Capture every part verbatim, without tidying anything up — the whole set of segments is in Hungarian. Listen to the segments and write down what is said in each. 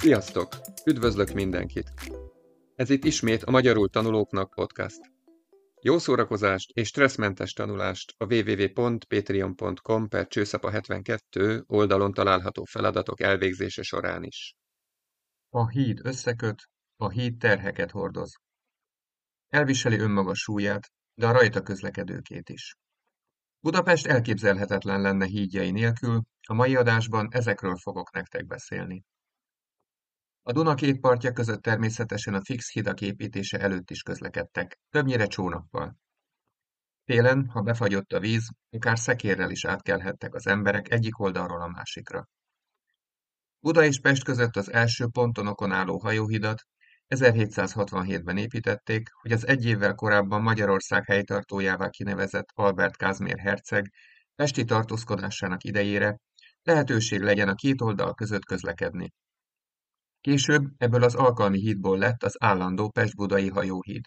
Sziasztok! Üdvözlök mindenkit! Ez itt ismét a Magyarul Tanulóknak podcast. Jó szórakozást és stresszmentes tanulást a www.patreon.com per csőszapa hetvenkettő oldalon található feladatok elvégzése során is. A híd összeköt, a híd terheket hordoz. Elviseli önmaga súlyát, de a rajta közlekedőkét is. Budapest elképzelhetetlen lenne hídjai nélkül, a mai adásban ezekről fogok nektek beszélni. A Duna két partja között természetesen a fix hidak építése előtt is közlekedtek, többnyire csónakkal. Télen, ha befagyott a víz, akár szekérrel is átkelhettek az emberek egyik oldalról a másikra. Buda és Pest között az első pontonokon álló hajóhidat ezerhétszázhatvanhétben építették, hogy az egy évvel korábban Magyarország helytartójává kinevezett Albert Kázmér herceg pesti tartózkodásának idejére lehetőség legyen a két oldal között közlekedni. Később ebből az alkalmi hídból lett az állandó pest-budai hajóhíd.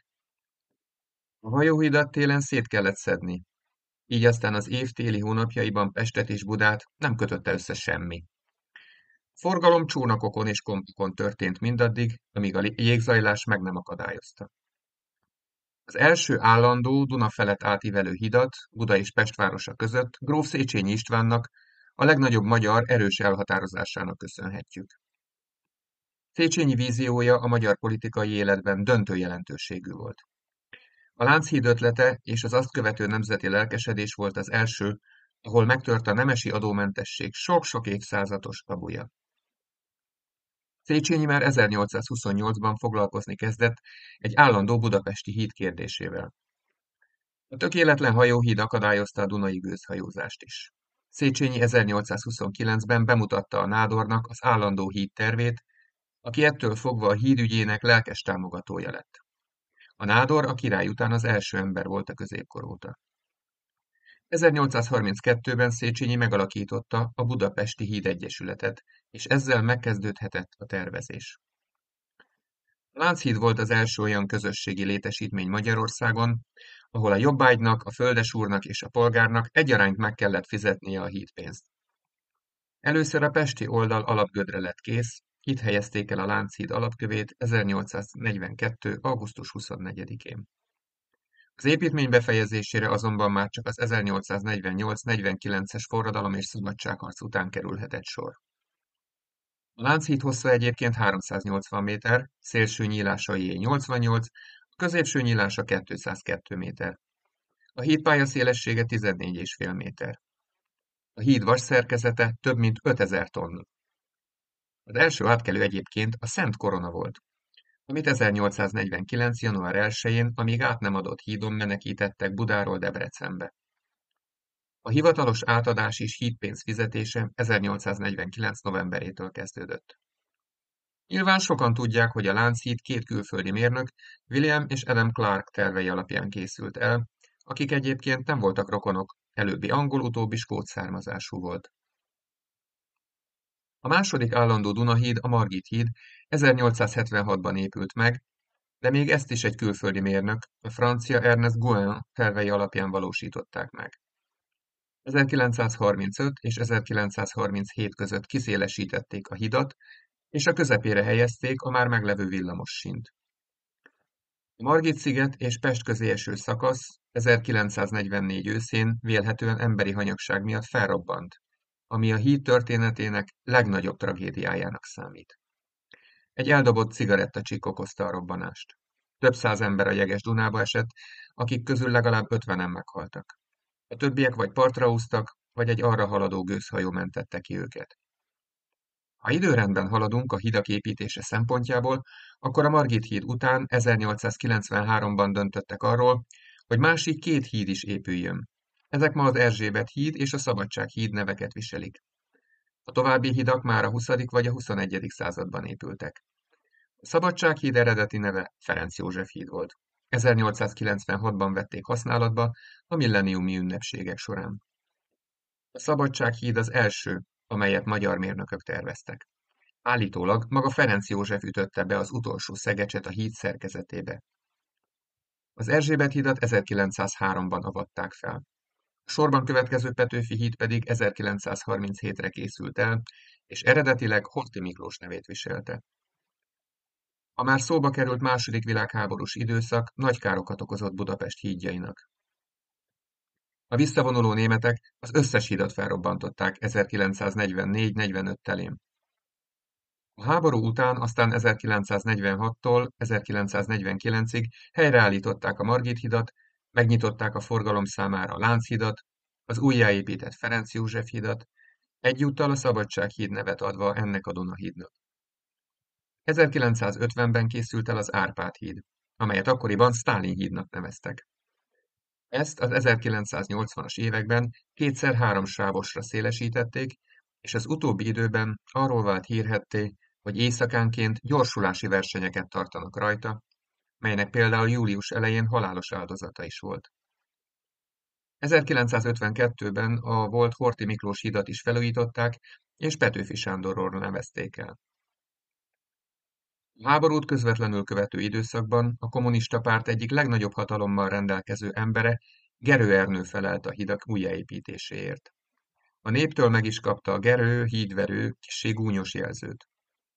A hajóhidat télen szét kellett szedni, így aztán az év téli hónapjaiban Pestet és Budát nem kötötte össze semmi. Forgalom csónakokon és kompokon történt mindaddig, amíg a jégzajlás meg nem akadályozta. Az első állandó Duna felett átívelő hidat Buda és Pest városa között gróf Széchenyi Istvánnak, a legnagyobb magyar erős elhatározásának köszönhetjük. Széchenyi víziója a magyar politikai életben döntő jelentőségű volt. A Lánchíd ötlete és az azt követő nemzeti lelkesedés volt az első, ahol megtört a nemesi adómentesség sok-sok évszázados tabuja. Széchenyi már ezernyolcszázhuszonnyolcban foglalkozni kezdett egy állandó budapesti híd kérdésével. A tökéletlen hajóhíd akadályozta a dunai gőzhajózást is. Széchenyi ezernyolcszázhuszonkilencben bemutatta a nádornak az állandó híd tervét, aki ettől fogva a híd ügyének lelkes támogatója lett. A nádor a király után az első ember volt a középkor óta. ezernyolcszázharminckettőben Széchenyi megalakította a Budapesti Hídegyesületet, és ezzel megkezdődhetett a tervezés. A Lánchíd volt az első olyan közösségi létesítmény Magyarországon, ahol a jobbágynak, a földesúrnak és a polgárnak egyaránt meg kellett fizetnie a hídpénzt. Először a pesti oldal alapgödre lett kész, itt helyezték el a Lánchíd alapkövét ezernyolcszáznegyvenkettő. augusztus huszonnegyedikén. Az építmény befejezésére azonban már csak az ezernyolcszáznegyvennyolc-negyvenkilences forradalom és szabadságharc után kerülhetett sor. A Lánchíd hossza egyébként háromszáznyolcvan méter, szélső nyílásaié nyolcvannyolc, a középső nyílása kétszázkettő méter. A hídpálya szélessége tizennégy egész öt méter. A híd vasszerkezete több mint ötezer tonna. Az első átkelő egyébként a Szent Korona volt, amit ezernyolcszáznegyvenkilenc. január elsején a még át nem adott hídon menekítettek Budáról Debrecenbe. A hivatalos átadás és hídpénz fizetése ezernyolcszáznegyvenkilenc. novemberétől kezdődött. Nyilván sokan tudják, hogy a Lánchíd két külföldi mérnök, William és Adam Clark tervei alapján készült el, akik egyébként nem voltak rokonok, előbbi angol, utóbbi skót származású volt. A második állandó Dunahíd, a Margit híd ezernyolcszázhetvenhatban épült meg, de még ezt is egy külföldi mérnök, a francia Ernest Gouin tervei alapján valósították meg. ezerkilencszázharmincöt és ezerkilencszázharminchét között kiszélesítették a hidat, és a közepére helyezték a már meglevő villamossínt. A Margit-sziget és Pest közé eső szakasz ezerkilencszáznegyvennégy őszén vélhetően emberi hanyagság miatt felrobbant, ami a híd történetének legnagyobb tragédiájának számít. Egy eldobott cigarettacsik okozta a robbanást. Több száz ember a jeges Dunába esett, akik közül legalább ötvenen meghaltak. A többiek vagy partra úsztak, vagy egy arra haladó gőzhajó mentette ki őket. Ha időrendben haladunk a hidak építése szempontjából, akkor a Margit híd után ezernyolcszázkilencvenháromban döntöttek arról, hogy másik két híd is épüljön. Ezek ma az Erzsébet híd és a Szabadság híd neveket viselik. A további hidak már a huszadik vagy a huszonegyedik században épültek. A Szabadság híd eredeti neve Ferenc József híd volt. ezernyolcszázkilencvenhatban vették használatba a milleniumi ünnepségek során. A Szabadság híd az első, amelyet magyar mérnökök terveztek. Állítólag maga Ferenc József ütötte be az utolsó szegecset a híd szerkezetébe. Az Erzsébet hidat ezerkilencszázháromban avatták fel. A sorban következő Petőfi híd pedig ezerkilencszázharminchétre készült el, és eredetileg Horthy Miklós nevét viselte. A már szóba került második világháborús időszak nagy károkat okozott Budapest hídjainak. A visszavonuló németek az összes hidat felrobbantották ezerkilencszáznegyvennégy-negyvenöt telén. A háború után aztán ezerkilencszáznegyvenhattól ezerkilencszáznegyvenkilencig helyreállították a Margit hidat, megnyitották a forgalom számára a Lánchidat, az újjáépített Ferenc József hidat, egyúttal a Szabadsághíd nevet adva ennek a Dunahídnak. ezerkilencszázötvenben készült el az Árpád híd, amelyet akkoriban Sztálin hídnak neveztek. Ezt az ezerkilencszáznyolcvanas években kétszer háromsávosra szélesítették, és az utóbbi időben arról vált hírhedté, hogy éjszakánként gyorsulási versenyeket tartanak rajta, melynek például július elején halálos áldozata is volt. ezerkilencszázötvenkettőben a volt Horthy Miklós hidat is felújították, és Petőfi Sándorról nevezték el. A háborút közvetlenül követő időszakban a kommunista párt egyik legnagyobb hatalommal rendelkező embere, Gerő Ernő felelt a hidak újjáépítéséért. A néptől meg is kapta a Gerő, hídverő, kissé gúnyos jelzőt.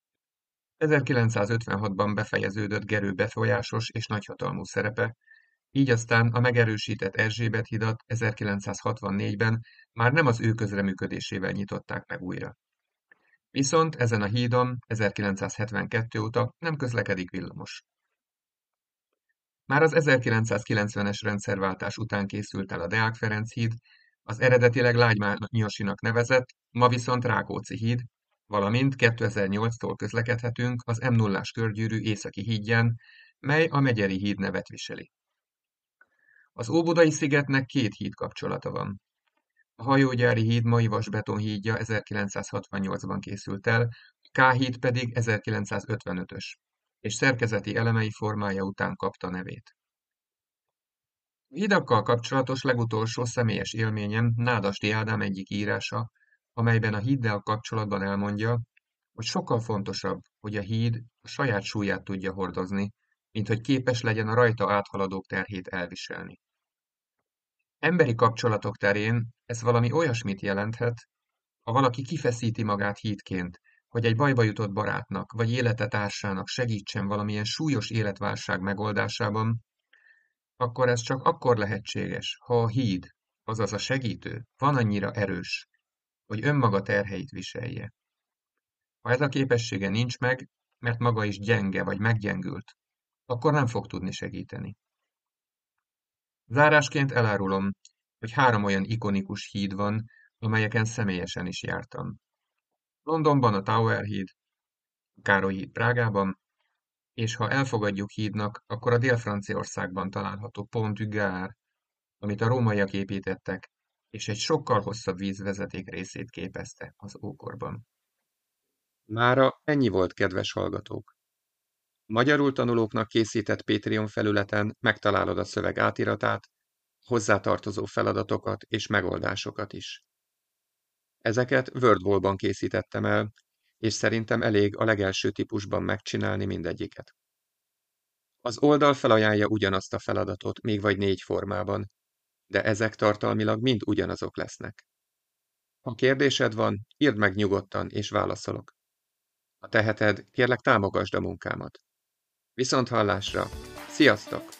ezerkilencszázötvenhatban befejeződött Gerő befolyásos és nagyhatalmú szerepe, így aztán a megerősített Erzsébet hidat ezerkilencszázhatvannégyben már nem az ő közreműködésével nyitották meg újra. Viszont ezen a hídon ezerkilencszázhetvenkettő óta nem közlekedik villamos. Már az ezerkilencszázkilencvenes rendszerváltás után készült el a Deák Ferenc híd, az eredetileg Lágymányosinak nevezett, ma viszont Rákóczi híd, valamint kétezer-nyolctól közlekedhetünk az em nullás körgyűrű északi hídján, mely a Megyeri híd nevet viseli. Az Óbudai szigetnek két híd kapcsolata van. A hajógyári híd mai vasbeton hídja ezerkilencszázhatvannyolcban készült el, K híd pedig ezerkilencszázötvenötös, és szerkezeti elemei formája után kapta nevét. A hidakkal kapcsolatos legutolsó személyes élményem Nádasdy Ádám egyik írása, amelyben a híddal kapcsolatban elmondja, hogy sokkal fontosabb, hogy a híd a saját súlyát tudja hordozni, mint hogy képes legyen a rajta áthaladók terhét elviselni. Emberi kapcsolatok terén ez valami olyasmit jelenthet, ha valaki kifeszíti magát hídként, hogy egy bajba jutott barátnak vagy életetársának segítsen valamilyen súlyos életválság megoldásában, akkor ez csak akkor lehetséges, ha a híd, azaz a segítő, van annyira erős, hogy önmaga terheit viselje. Ha ez a képessége nincs meg, mert maga is gyenge vagy meggyengült, akkor nem fog tudni segíteni. Zárásként elárulom, hogy három olyan ikonikus híd van, amelyeken személyesen is jártam. Londonban a Tower híd, a Károly híd Prágában, és ha elfogadjuk hídnak, akkor a Dél-Franciaországban található Pont du Gard, amit a rómaiak építettek, és egy sokkal hosszabb vízvezeték részét képezte az ókorban. Mára ennyi volt, kedves hallgatók! Magyarul tanulóknak készített Patreon felületen megtalálod a szöveg átiratát, hozzátartozó feladatokat és megoldásokat is. Ezeket Wordwall-ban készítettem el, és szerintem elég a legelső típusban megcsinálni mindegyiket. Az oldal felajánlja ugyanazt a feladatot, még vagy négy formában, de ezek tartalmilag mind ugyanazok lesznek. Ha kérdésed van, írd meg nyugodtan, és válaszolok. Ha teheted, kérlek támogasd a munkámat. Viszonthallásra! Sziasztok!